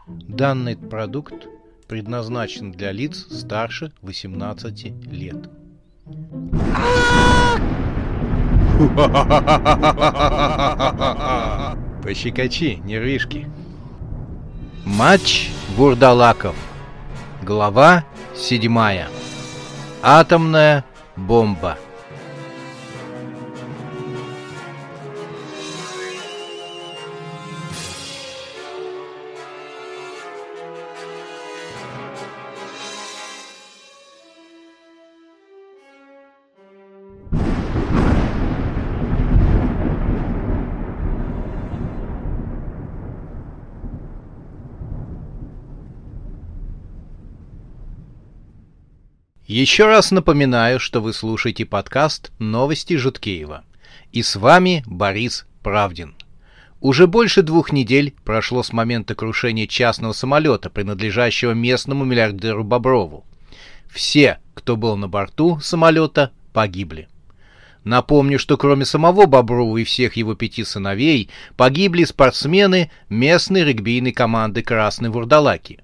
Данный продукт предназначен для лиц старше 18 лет. Пощекочи, нервишки. Матч вурдалаков. Глава 7. Атомная бомба. Еще раз напоминаю, что вы слушаете подкаст «Новости Жуткеева». И с вами Борис Правдин. Уже больше 2 недель прошло с момента крушения частного самолета, принадлежащего местному миллиардеру Боброву. Все, кто был на борту самолета, погибли. Напомню, что кроме самого Боброва и всех его 5 сыновей, погибли спортсмены местной регбийной команды «Красные вурдалаки».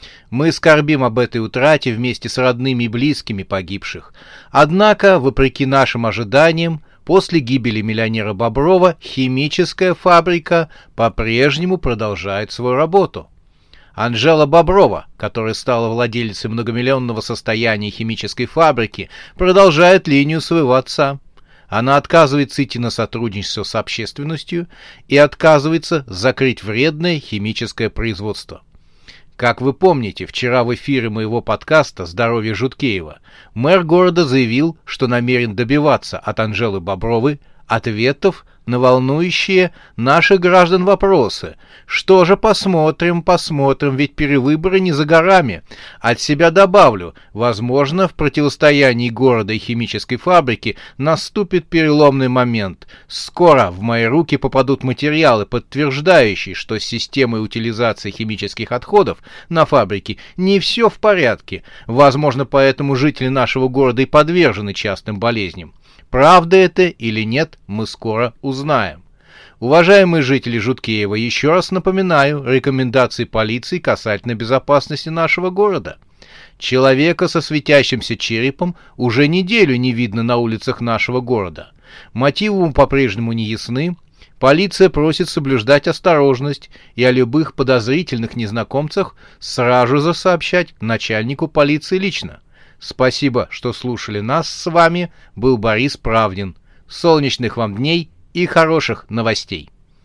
Мы скорбим об этой утрате вместе с родными и близкими погибших. Однако, вопреки нашим ожиданиям, после гибели миллионера Боброва химическая фабрика по-прежнему продолжает свою работу. Анжела Боброва, которая стала владелицей многомиллионного состояния химической фабрики, продолжает линию своего отца. Она отказывается идти на сотрудничество с общественностью и отказывается закрыть вредное химическое производство. Как вы помните, вчера в эфире моего подкаста «Здоровье Жуткеева» мэр города заявил, что намерен добиваться от Анжелы Бобровой ответов на волнующие наших граждан вопросы. Что же, посмотрим, ведь перевыборы не за горами. От себя добавлю, возможно, в противостоянии города и химической фабрики наступит переломный момент. Скоро в мои руки попадут материалы, подтверждающие, что с системой утилизации химических отходов на фабрике не все в порядке. Возможно, поэтому жители нашего города и подвержены частным болезням. Правда это или нет, мы скоро узнаем. Уважаемые жители Жуткеева, еще раз напоминаю рекомендации полиции касательно безопасности нашего города. Человека со светящимся черепом уже неделю не видно на улицах нашего города. Мотивы по-прежнему не ясны. Полиция просит соблюдать осторожность и о любых подозрительных незнакомцах сразу же сообщать начальнику полиции лично. Спасибо, что слушали нас. С вами был Борис Правдин. Солнечных вам дней и хороших новостей.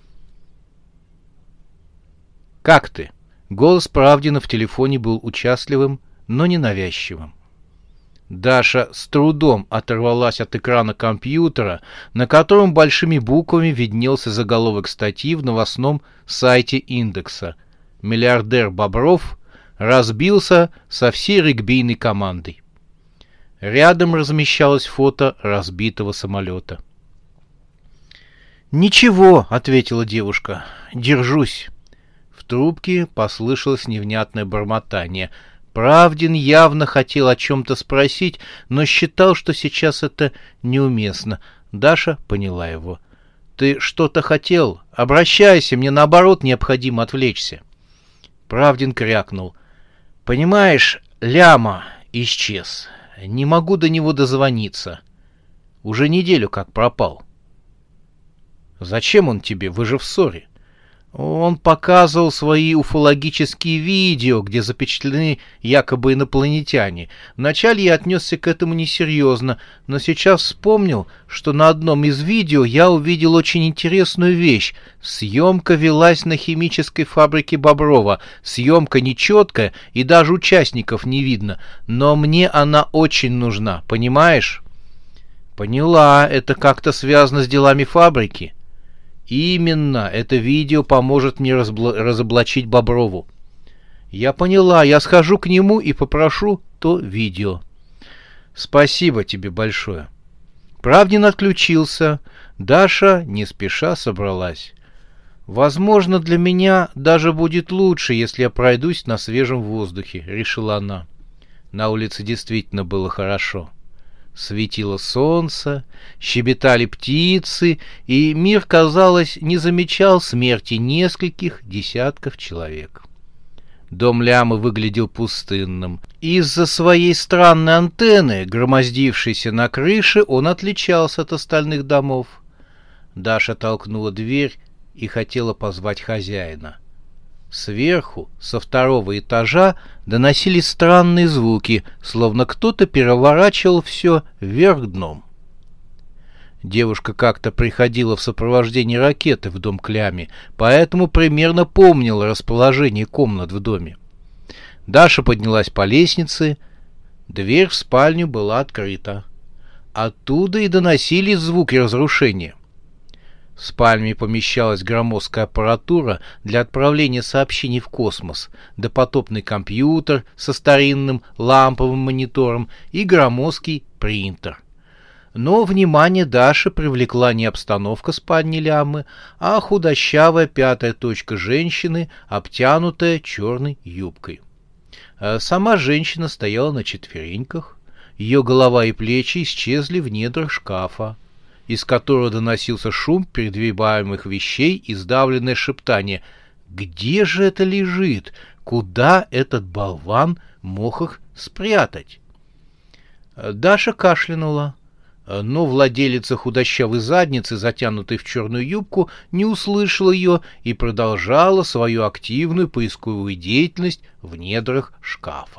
Как ты? Голос Правдина в телефоне был участливым, но ненавязчивым. Даша с трудом оторвалась от экрана компьютера, на котором большими буквами виднелся заголовок статьи в новостном сайте Индекса. Миллиардер Бобров разбился со всей регбийной командой. Рядом размещалось фото разбитого самолета. «Ничего», — ответила девушка, — «держусь». В трубке послышалось невнятное бормотание. Правдин явно хотел о чем-то спросить, но считал, что сейчас это неуместно. Даша поняла его. «Ты что-то хотел? Обращайся, мне наоборот необходимо отвлечься». Правдин крякнул. «Понимаешь, Ляма исчез. Не могу до него дозвониться. Уже неделю как пропал». «Зачем он тебе? Вы же в ссоре». Он показывал свои уфологические видео, где запечатлены якобы инопланетяне. Вначале я отнесся к этому несерьезно, но сейчас вспомнил, что на одном из видео я увидел очень интересную вещь. Съемка велась на химической фабрике Боброва. Съемка нечеткая, и даже участников не видно. Но мне она очень нужна, понимаешь? Поняла, это как-то связано с делами фабрики. Именно, это видео поможет мне разоблачить Боброву. Я поняла, я схожу к нему и попрошу то видео. Спасибо тебе большое. Правдин отключился. Даша не спеша собралась. Возможно, для меня даже будет лучше, если я пройдусь на свежем воздухе, решила она. На улице действительно было хорошо. Светило солнце, щебетали птицы, и мир, казалось, не замечал смерти нескольких десятков человек. Дом Лямы выглядел пустынным. Из-за своей странной антенны, громоздившейся на крыше, он отличался от остальных домов. Даша толкнула дверь и хотела позвать хозяина. Сверху, со второго этажа, доносились странные звуки, словно кто-то переворачивал все вверх дном. Девушка как-то приходила в сопровождении Ракеты в дом к Ляме, поэтому примерно помнила расположение комнат в доме. Даша поднялась по лестнице, дверь в спальню была открыта. Оттуда и доносились звуки разрушения. В спальне помещалась громоздкая аппаратура для отправления сообщений в космос, допотопный компьютер со старинным ламповым монитором и громоздкий принтер. Но внимание Даши привлекла не обстановка спальни Лямы, а худощавая пятая точка женщины, обтянутая черной юбкой. Сама женщина стояла на четвереньках, ее голова и плечи исчезли в недрах шкафа, из которого доносился шум передвигаемых вещей и сдавленное шептание: «Где же это лежит? Куда этот болван мог их спрятать?» Даша кашлянула, но владелица худощавой задницы, затянутой в черную юбку, не услышала ее и продолжала свою активную поисковую деятельность в недрах шкафа.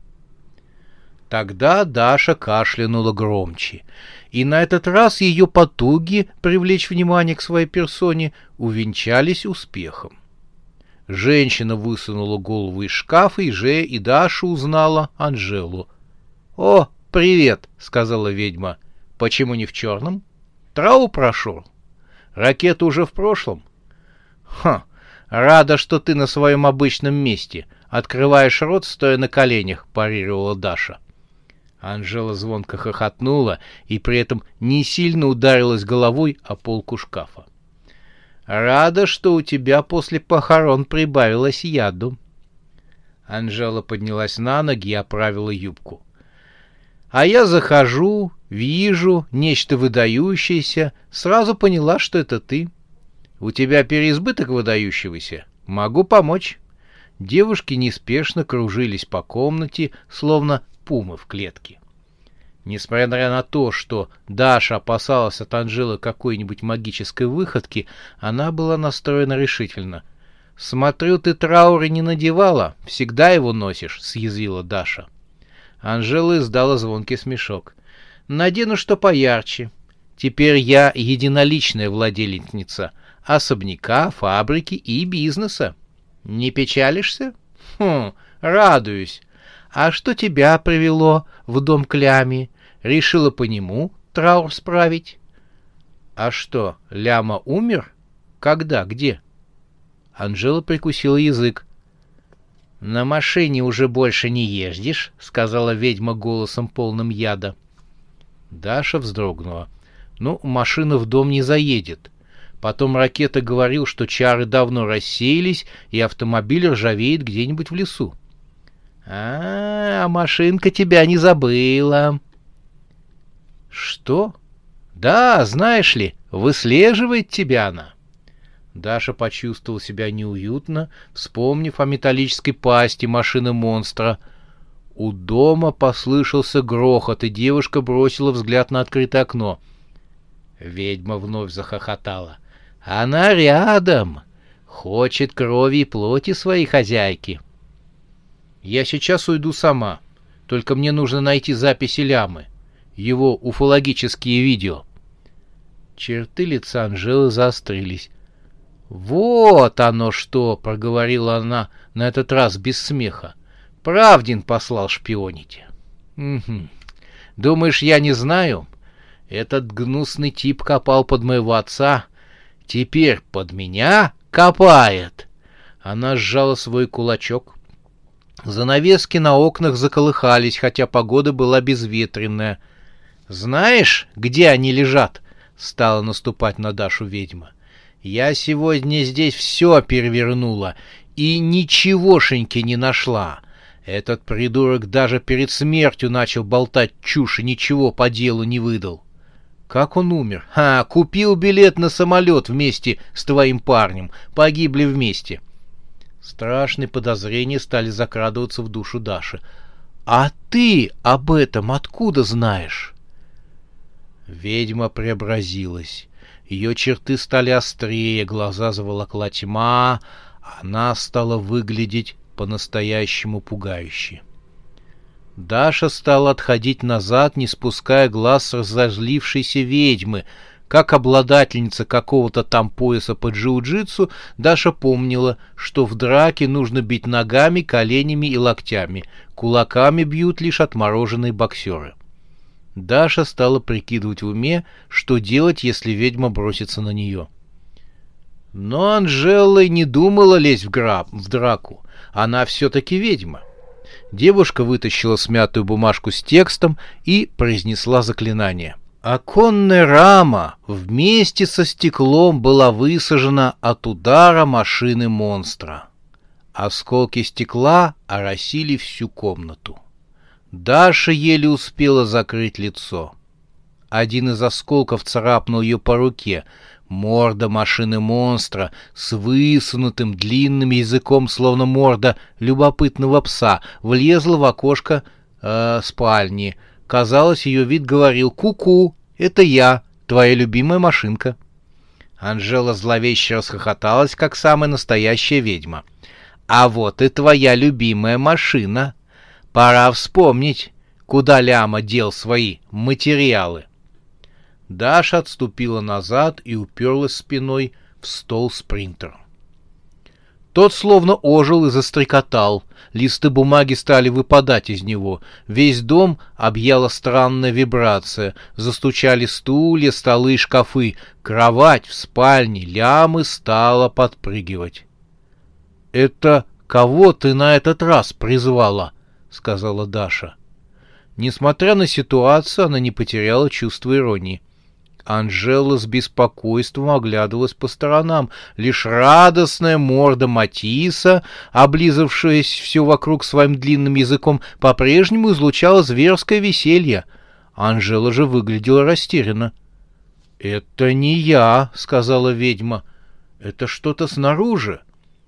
Тогда Даша кашлянула громче, и на этот раз ее потуги привлечь внимание к своей персоне увенчались успехом. Женщина высунула голову из шкафа, и Даша узнала Анжелу. «О, привет!» — сказала ведьма. «Почему не в черном? Траур прошел. Ракета уже в прошлом». «Ха! Рада, что ты на своем обычном месте. Открываешь рот, стоя на коленях», — парировала Даша. Анжела звонко хохотнула и при этом не сильно ударилась головой о полку шкафа. «Рада, что у тебя после похорон прибавилось яду». Анжела поднялась на ноги и оправила юбку. «А я захожу, вижу нечто выдающееся, сразу поняла, что это ты. У тебя переизбыток выдающегося? Могу помочь». Девушки неспешно кружились по комнате, словно пумы в клетке. Несмотря на то, что Даша опасалась от Анжелы какой-нибудь магической выходки, она была настроена решительно. «Смотрю, ты траура не надевала, всегда его носишь», — съязвила Даша. Анжела издала звонкий смешок. «Надену что поярче. Теперь я единоличная владельница особняка, фабрики и бизнеса. Не печалишься? Радуюсь. А что тебя привело в дом к Ляме? Решила по нему траур справить?» «А что, Ляма умер? Когда? Где?» Анжела прикусила язык. «На машине уже больше не ездишь», — сказала ведьма голосом полным яда. Даша вздрогнула. «Ну, машина в дом не заедет. Потом Ракета говорил, что чары давно рассеялись, и автомобиль ржавеет где-нибудь в лесу». А машинка тебя не забыла». «Что? Да, знаешь ли, выслеживает тебя она». Даша почувствовала себя неуютно, вспомнив о металлической пасти машины-монстра. У дома послышался грохот, и девушка бросила взгляд на открытое окно. Ведьма вновь захохотала. «Она рядом, хочет крови и плоти своей хозяйки». «Я сейчас уйду сама, только мне нужно найти записи Лямы, его уфологические видео». Черты лица Анжелы заострились. «Вот оно что!» — проговорила она на этот раз без смеха. «Правдин послал шпионить». «Угу. Думаешь, я не знаю? Этот гнусный тип копал под моего отца. Теперь под меня копает». Она сжала свой кулачок. Занавески на окнах заколыхались, хотя погода была безветренная. «Знаешь, где они лежат?» — стала наступать на Дашу ведьма. «Я сегодня здесь все перевернула и ничегошеньки не нашла. Этот придурок даже перед смертью начал болтать чушь и ничего по делу не выдал». «Как он умер?» «Купил билет на самолет вместе с твоим парнем. Погибли вместе». Страшные подозрения стали закрадываться в душу Даши. «А ты об этом откуда знаешь?» Ведьма преобразилась. Ее черты стали острее, глаза заволокла тьма, она стала выглядеть по-настоящему пугающе. Даша стала отходить назад, не спуская глаз с разозлившейся ведьмы. Как обладательница какого-то там пояса по джиу-джитсу, Даша помнила, что в драке нужно бить ногами, коленями и локтями. Кулаками бьют лишь отмороженные боксеры. Даша стала прикидывать в уме, что делать, если ведьма бросится на нее. Но Анжела не думала лезть в драку. Она все-таки ведьма. Девушка вытащила смятую бумажку с текстом и произнесла заклинание. Оконная рама вместе со стеклом была высажена от удара машины монстра. Осколки стекла оросили всю комнату. Даша еле успела закрыть лицо. Один из осколков царапнул ее по руке. Морда машины-монстра с высунутым длинным языком, словно морда любопытного пса, влезла в окошко спальни. Казалось, ее вид говорил: «Ку-ку, это я, твоя любимая машинка». Анжела зловеще расхохоталась, как самая настоящая ведьма. «А вот и твоя любимая машина. Пора вспомнить, куда Ляма дел свои материалы». Даша отступила назад и уперлась спиной в стол с принтером. Тот словно ожил и застрекотал. Листы бумаги стали выпадать из него. Весь дом объяла странная вибрация. Застучали стулья, столы и шкафы. Кровать в спальне Лямы стала подпрыгивать. «Это кого ты на этот раз призвала?» — сказала Даша. Несмотря на ситуацию, она не потеряла чувство иронии. Анжела с беспокойством оглядывалась по сторонам. Лишь радостная морда Матисса, облизавшаяся все вокруг своим длинным языком, по-прежнему излучала зверское веселье. Анжела же выглядела растерянно. «Это не я», — сказала ведьма. «Это что-то снаружи».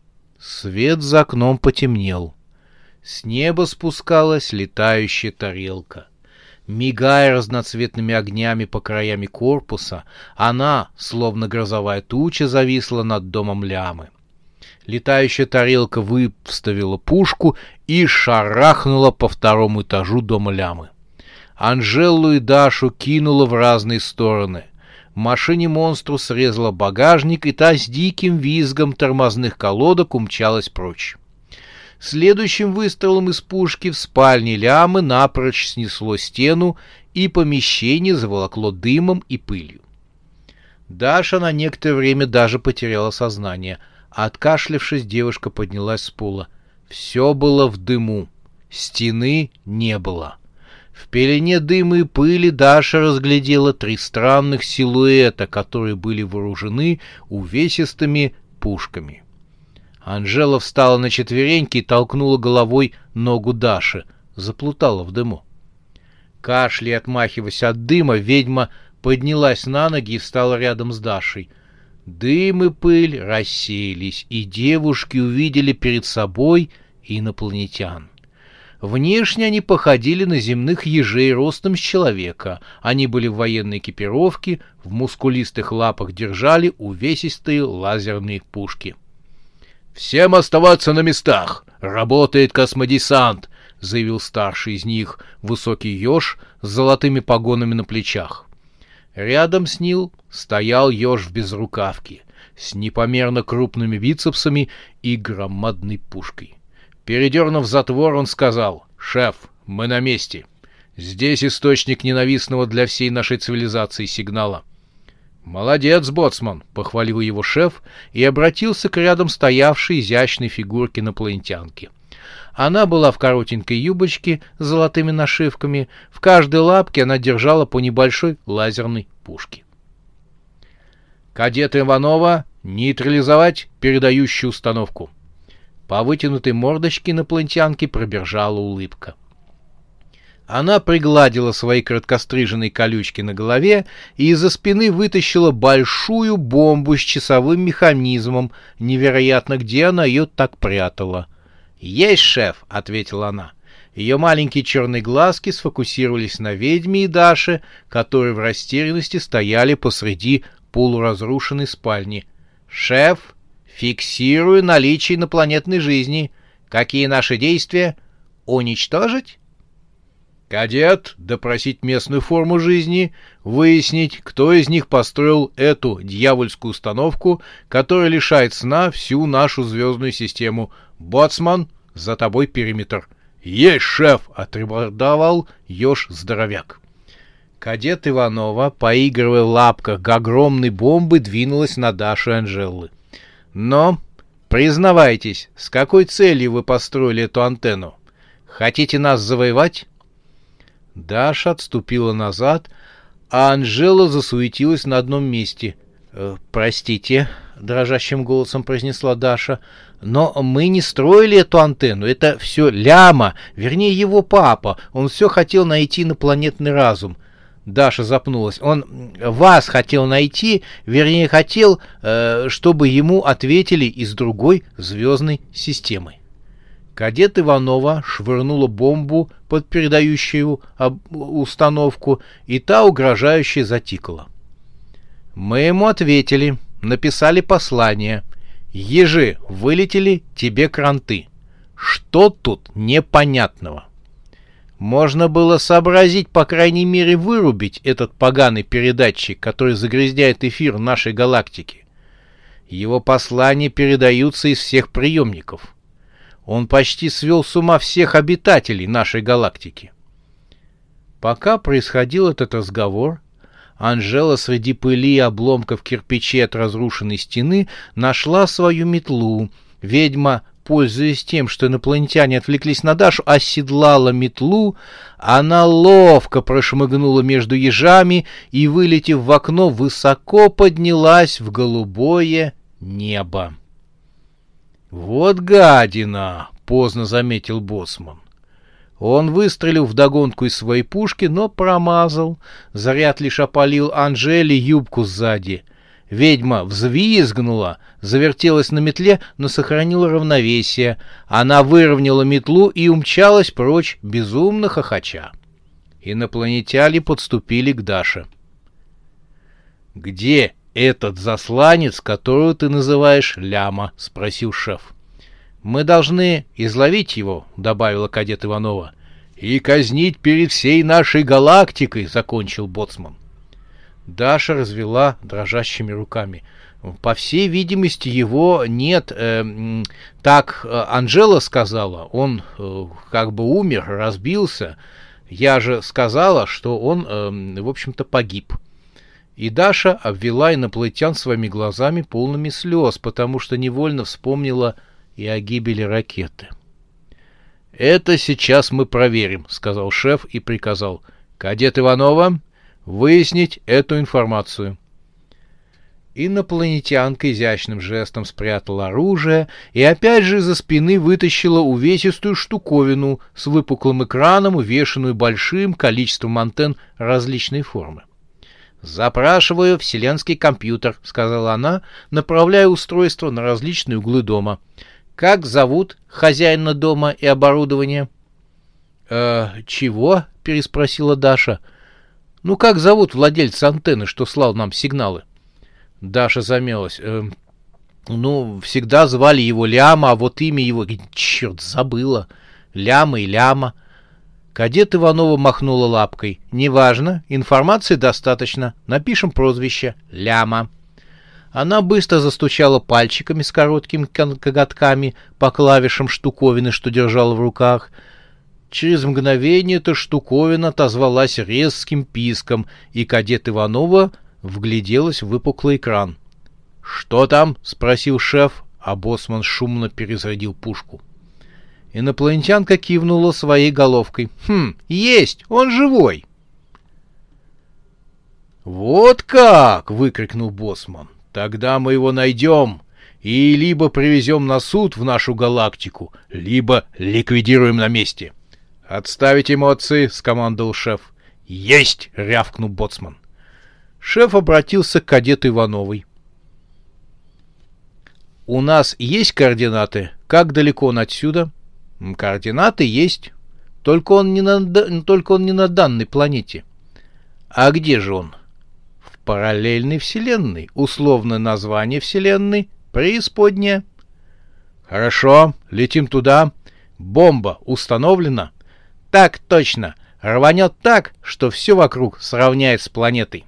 Свет за окном потемнел. С неба спускалась летающая тарелка. Мигая разноцветными огнями по краям корпуса, она, словно грозовая туча, зависла над домом Лямы. Летающая тарелка выставила пушку и шарахнула по второму этажу дома Лямы. Анжелу и Дашу кинула в разные стороны. Машине-монстру срезала багажник, и та с диким визгом тормозных колодок умчалась прочь. Следующим выстрелом из пушки в спальне Лямы напрочь снесло стену, и помещение заволокло дымом и пылью. Даша на некоторое время даже потеряла сознание. Откашлявшись, девушка поднялась с пола. Все было в дыму. Стены не было. В пелене дыма и пыли Даша разглядела 3 странных силуэта, которые были вооружены увесистыми пушками. Анжела встала на четвереньки и толкнула головой ногу Даши. Заплутала в дыму. Кашляя, отмахиваясь от дыма, ведьма поднялась на ноги и встала рядом с Дашей. Дым и пыль рассеялись, и девушки увидели перед собой инопланетян. Внешне они походили на земных ежей ростом с человека. Они были в военной экипировке, в мускулистых лапах держали увесистые лазерные пушки. «Всем оставаться на местах! Работает космодесант!» — заявил старший из них, высокий еж с золотыми погонами на плечах. Рядом с ним стоял еж в безрукавке, с непомерно крупными бицепсами и громадной пушкой. Передернув затвор, он сказал: «Шеф, мы на месте. Здесь источник ненавистного для всей нашей цивилизации сигнала». «Молодец, боцман!» — похвалил его шеф и обратился к рядом стоявшей изящной фигурке инопланетянки. Она была в коротенькой юбочке с золотыми нашивками. В каждой лапке она держала по небольшой лазерной пушке. «Кадет Иванова, нейтрализовать передающую установку». По вытянутой мордочке инопланетянки пробежала улыбка. Она пригладила свои короткостриженные колючки на голове и из-за спины вытащила большую бомбу с часовым механизмом, невероятно, где она ее так прятала. «Есть, шеф!» — ответила она. Ее маленькие черные глазки сфокусировались на ведьме и Даше, которые в растерянности стояли посреди полуразрушенной спальни. «Шеф, фиксирую наличие инопланетной жизни. Какие наши действия? Уничтожить?» «Кадет, допросить местную форму жизни, выяснить, кто из них построил эту дьявольскую установку, которая лишает сна всю нашу звездную систему. Боцман, за тобой периметр». «Есть, шеф!» — отрабатывал еж-здоровяк. Кадет Иванова, поигрывая в лапках к огромной бомбы, двинулась на Дашу и Анжелы. «Но, признавайтесь, с какой целью вы построили эту антенну? Хотите нас завоевать?» Даша отступила назад, а Анжела засуетилась на одном месте. «Простите», — дрожащим голосом произнесла Даша, — «но мы не строили эту антенну. Это все Ляма, вернее, его папа. Он все хотел найти инопланетный разум». Даша запнулась. «Он вас хотел найти, вернее, хотел, чтобы ему ответили из другой звездной системы». Кадет Иванова швырнула бомбу под передающую установку, и та угрожающе затикала. «Мы ему ответили, написали послание. Ежи вылетели, тебе кранты. Что тут непонятного? Можно было сообразить, по крайней мере, вырубить этот поганый передатчик, который загрязняет эфир нашей галактики. Его послания передаются из всех приемников. Он почти свел с ума всех обитателей нашей галактики». Пока происходил этот разговор, Анжела среди пыли и обломков кирпичей от разрушенной стены нашла свою метлу. Ведьма, пользуясь тем, что инопланетяне отвлеклись на Дашу, оседлала метлу. Она ловко прошмыгнула между ежами и, вылетев в окно, высоко поднялась в голубое небо. «Вот гадина!» — поздно заметил боцман. Он выстрелил вдогонку из своей пушки, но промазал. Заряд лишь опалил Анжеле юбку сзади. Ведьма взвизгнула, завертелась на метле, но сохранила равновесие. Она выровняла метлу и умчалась прочь, безумно хохоча. Инопланетяне подступили к Даше. «Где этот засланец, которого ты называешь Ляма?» — спросил шеф. «Мы должны изловить его», — добавила кадет Иванова. «И казнить перед всей нашей галактикой», — закончил боцман. Даша развела дрожащими руками. «По всей видимости, его нет. Так Анжела сказала. Он как бы умер, разбился. Я же сказала, что он, в общем-то, погиб». И Даша обвела инопланетян своими глазами, полными слез, потому что невольно вспомнила и о гибели ракеты. «Это сейчас мы проверим», — сказал шеф и приказал. «Кадет Иванова, выяснить эту информацию». Инопланетянка изящным жестом спрятала оружие и опять же из-за спины вытащила увесистую штуковину с выпуклым экраном, увешанную большим количеством антенн различной формы. «Запрашиваю вселенский компьютер», — сказала она, направляя устройство на различные углы дома. «Как зовут хозяина дома и оборудования?» «Чего?» — переспросила Даша. «Ну, как зовут владельца антенны, что слал нам сигналы?» Даша замялась. «Ну, всегда звали его Ляма, а вот имя его... Черт, забыла. Ляма и Ляма». Кадет Иванова махнула лапкой. «Неважно, информации достаточно. Напишем прозвище Ляма». Она быстро застучала пальчиками с короткими коготками по клавишам штуковины, что держала в руках. Через мгновение эта штуковина отозвалась резким писком, и кадет Иванова вгляделась в выпуклый экран. «Что там?» — спросил шеф, а боцман шумно перезарядил пушку. Инопланетянка кивнула своей головкой. Есть! Он живой!» «Вот как!» — выкрикнул боцман. «Тогда мы его найдем и либо привезем на суд в нашу галактику, либо ликвидируем на месте. «Отставить эмоции!» — скомандовал шеф. «Есть!» — рявкнул боцман. Шеф обратился к кадету Ивановой. «У нас есть координаты? Как далеко он отсюда?» «Координаты есть. Только он не на данной планете». «А где же он?» «В параллельной вселенной. Условное название вселенной — преисподняя». «Хорошо, летим туда. Бомба установлена?» «Так точно. Рванет так, что все вокруг сравняет с планетой».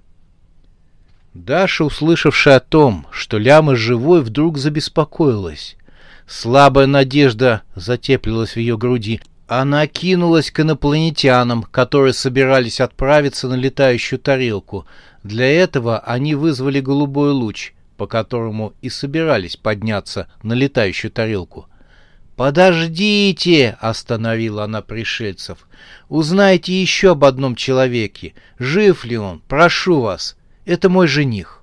Даша, услышавшая о том, что Ляма живой, вдруг забеспокоилась. Слабая надежда затеплилась в ее груди. Она кинулась к инопланетянам, которые собирались отправиться на летающую тарелку. Для этого они вызвали голубой луч, по которому и собирались подняться на летающую тарелку. «Подождите!» — остановила она пришельцев. «Узнайте еще об одном человеке. Жив ли он? Прошу вас. Это мой жених».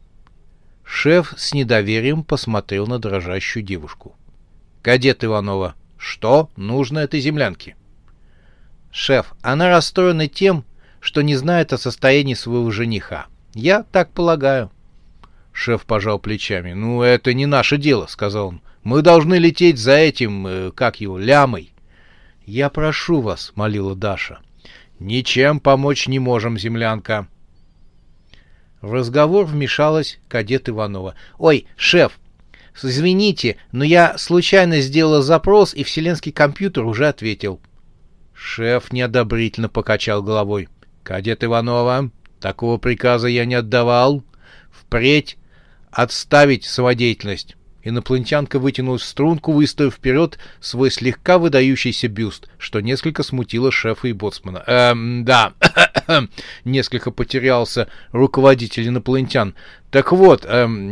Шеф с недоверием посмотрел на дрожащую девушку. «Кадет Иванова, что нужно этой землянке?» «Шеф, она расстроена тем, что не знает о состоянии своего жениха. Я так полагаю». Шеф пожал плечами. «Ну, это не наше дело», — сказал он. «Мы должны лететь за этим, Лямой». «Я прошу вас», — молила Даша. «Ничем помочь не можем, землянка». В разговор вмешалась кадет Иванова. «Ой, шеф, извините, но я случайно сделала запрос, и вселенский компьютер уже ответил». Шеф неодобрительно покачал головой. «Кадет Иванова, такого приказа я не отдавал. Впредь отставить самодеятельность». Инопланетянка вытянулась в струнку, выставив вперед свой слегка выдающийся бюст, что несколько смутило шефа и боцмана. Да, несколько потерялся руководитель инопланетян. Так вот,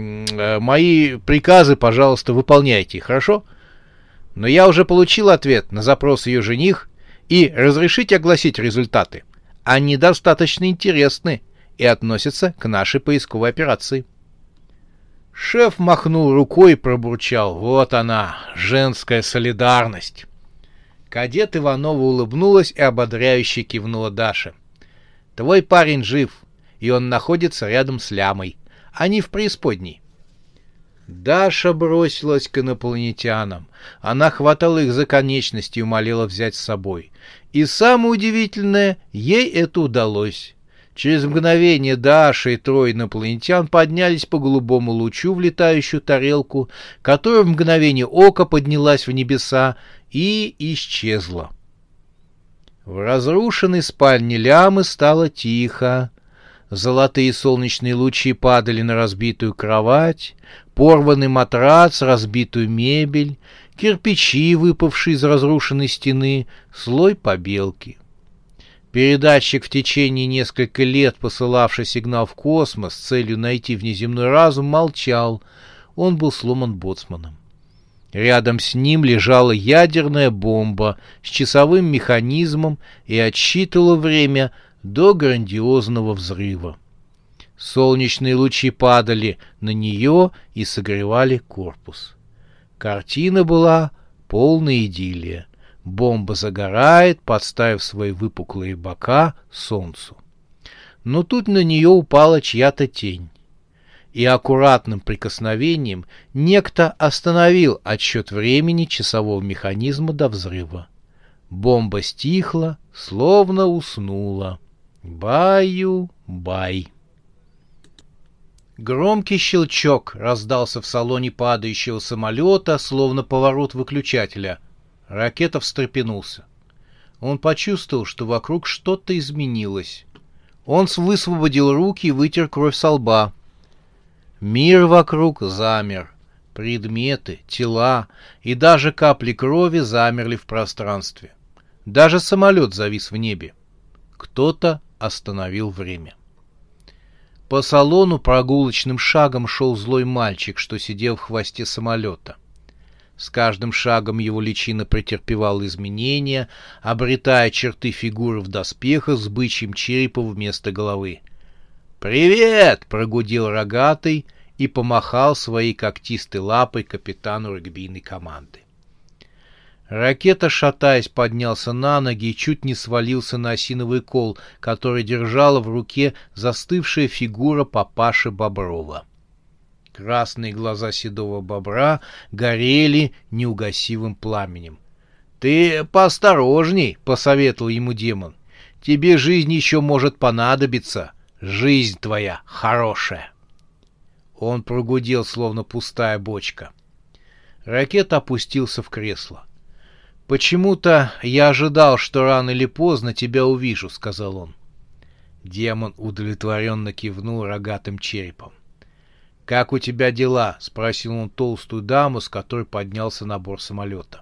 мои приказы, пожалуйста, выполняйте, хорошо? Но я уже получил ответ на запрос ее жених, и разрешите огласить результаты. Они достаточно интересны и относятся к нашей поисковой операции. Шеф махнул рукой и пробурчал. «Вот она, женская солидарность». Кадет Иванова улыбнулась и ободряюще кивнула Даше. «Твой парень жив, и он находится рядом с Лямой. Они в преисподней». Даша бросилась к инопланетянам. Она хватала их за конечности и умоляла взять с собой. И самое удивительное, ей это удалось. Через мгновение Даша и трое инопланетян поднялись по голубому лучу в летающую тарелку, которая в мгновение ока поднялась в небеса и исчезла. В разрушенной спальне Лямы стало тихо. Золотые солнечные лучи падали на разбитую кровать, порванный матрац, разбитую мебель, кирпичи, выпавшие из разрушенной стены, слой побелки. Передатчик, в течение нескольких лет посылавший сигнал в космос с целью найти внеземной разум, молчал. Он был сломан боцманом. Рядом с ним лежала ядерная бомба с часовым механизмом и отсчитывала время до грандиозного взрыва. Солнечные лучи падали на нее и согревали корпус. Картина была полная идиллия. Бомба загорает, подставив свои выпуклые бока солнцу. Но тут на нее упала чья-то тень. И аккуратным прикосновением некто остановил отсчет времени часового механизма до взрыва. Бомба стихла, словно уснула. Баю-бай. Громкий щелчок раздался в салоне падающего самолета, словно поворот выключателя. Ракета встрепенулся. Он почувствовал, что вокруг что-то изменилось. Он высвободил руки и вытер кровь со лба. Мир вокруг замер. Предметы, тела и даже капли крови замерли в пространстве. Даже самолет завис в небе. Кто-то остановил время. По салону прогулочным шагом шел злой мальчик, что сидел в хвосте самолета. С каждым шагом его личина претерпевала изменения, обретая черты фигуры в доспехах с бычьим черепом вместо головы. «Привет!» — прогудел рогатый и помахал своей когтистой лапой капитану регбийной команды. Ракета, шатаясь, поднялся на ноги и чуть не свалился на осиновый кол, который держала в руке застывшая фигура папаши Боброва. Красные глаза седого бобра горели неугасимым пламенем. — Ты поосторожней, — посоветовал ему демон. — Тебе жизнь еще может понадобиться. Жизнь твоя хорошая. Он прогудел, словно пустая бочка. Ракета опустился в кресло. — Почему-то я ожидал, что рано или поздно тебя увижу, — сказал он. Демон удовлетворенно кивнул рогатым черепом. — Как у тебя дела? — спросил он толстую даму, с которой поднялся на борт самолета.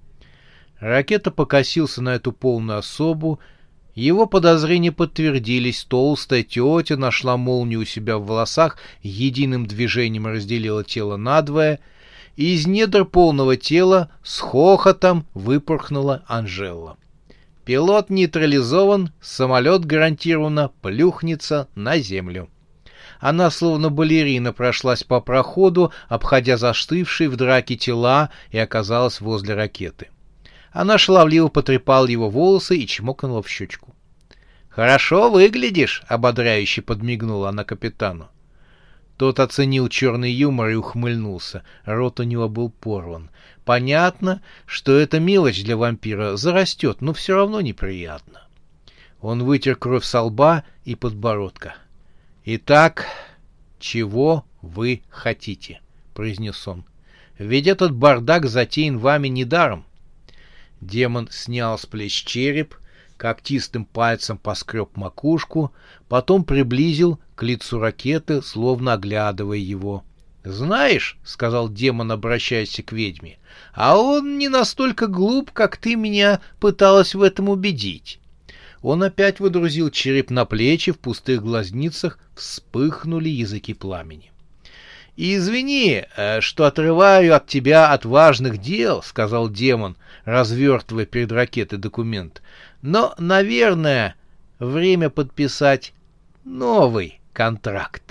Ракета покосился на эту полную особу. Его подозрения подтвердились. Толстая тетя нашла молнию у себя в волосах, единым движением разделила тело надвое, и из недр полного тела с хохотом выпорхнула Анжела. Пилот нейтрализован, самолет гарантированно плюхнется на землю. Она, словно балерина, прошлась по проходу, обходя застывшие в драке тела, и оказалась возле ракеты. Она шаловливо потрепала его волосы и чмокнула в щечку. — Хорошо выглядишь, — ободряюще подмигнула она капитану. Тот оценил черный юмор и ухмыльнулся. Рот у него был порван. Понятно, что эта мелочь для вампира зарастет, но все равно неприятно. Он вытер кровь со лба и подбородка. — Итак, чего вы хотите? — произнес он. — Ведь этот бардак затеян вами недаром. Демон снял с плеч череп, когтистым пальцем поскреб макушку, потом приблизил к лицу ракеты, словно оглядывая его. — Знаешь, — сказал демон, обращаясь к ведьме, — а он не настолько глуп, как ты меня пыталась в этом убедить. Он опять выдрузил череп на плечи, в пустых глазницах вспыхнули языки пламени. — Извини, что отрываю от тебя от важных дел, — сказал демон, развертывая перед ракетой документ. — Но, наверное, время подписать новый контракт.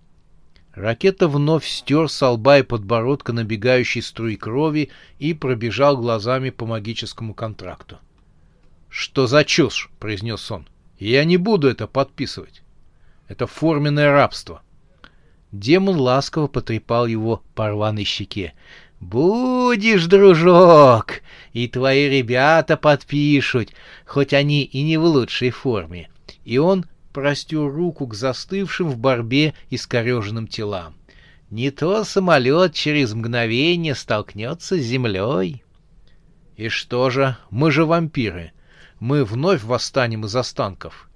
Ракета вновь стер со лба и подбородка набегающей струи крови и пробежал глазами по магическому контракту. — Что за чушь? — произнес он. — Я не буду это подписывать. Это форменное рабство. Демон ласково потрепал его по рваной щеке. — Будешь, дружок, и твои ребята подпишут, хоть они и не в лучшей форме. И он простер руку к застывшим в борьбе искореженным телам. Не то самолет через мгновение столкнется с землей. — И что же, мы же вампиры. Мы вновь восстанем из останков.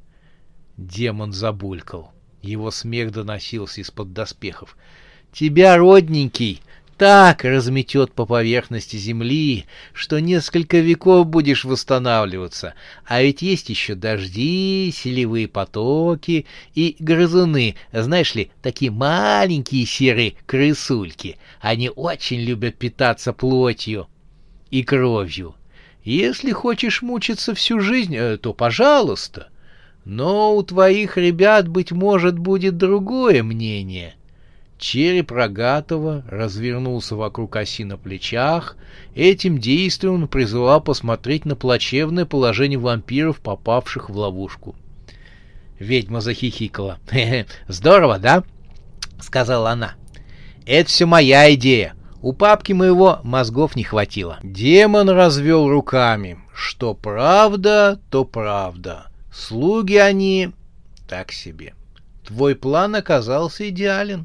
Демон забулькал. Его смех доносился из-под доспехов. — Тебя, родненький, так разметет по поверхности земли, что несколько веков будешь восстанавливаться. А ведь есть еще дожди, селевые потоки и грызуны. Знаешь ли, такие маленькие серые крысульки. Они очень любят питаться плотью и кровью. Если хочешь мучиться всю жизнь, то пожалуйста. Но у твоих ребят, быть может, будет другое мнение. Череп Рогатого развернулся вокруг оси на плечах. Этим действием он призывал посмотреть на плачевное положение вампиров, попавших в ловушку. Ведьма захихикала. — Здорово, да? — сказала она. — Это все моя идея. У папки моего мозгов не хватило. Демон развел руками. Что правда, то правда. Слуги они так себе. Твой план оказался идеален.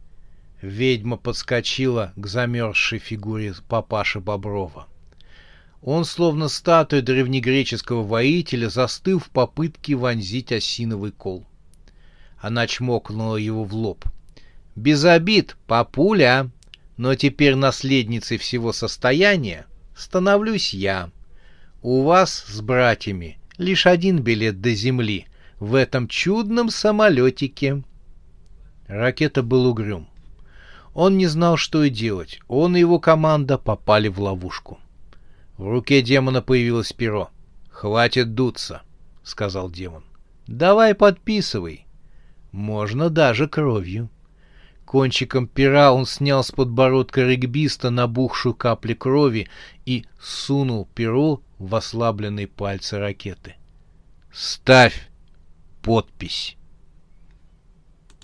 Ведьма подскочила к замерзшей фигуре папаши Боброва. Он, словно статуя древнегреческого воителя, застыл в попытке вонзить осиновый кол. Она чмокнула его в лоб. — Без обид, папуля, но теперь наследницей всего состояния становлюсь я. У вас с братьями лишь один билет до земли в этом чудном самолетике. Ракета был угрюм. Он не знал, что и делать. Он и его команда попали в ловушку. В руке демона появилось перо. — Хватит дуться, — сказал демон. — Давай подписывай. Можно даже кровью. Кончиком пера он снял с подбородка регбиста набухшую каплю крови и сунул перо в ослабленные пальцы ракеты. «Ставь подпись».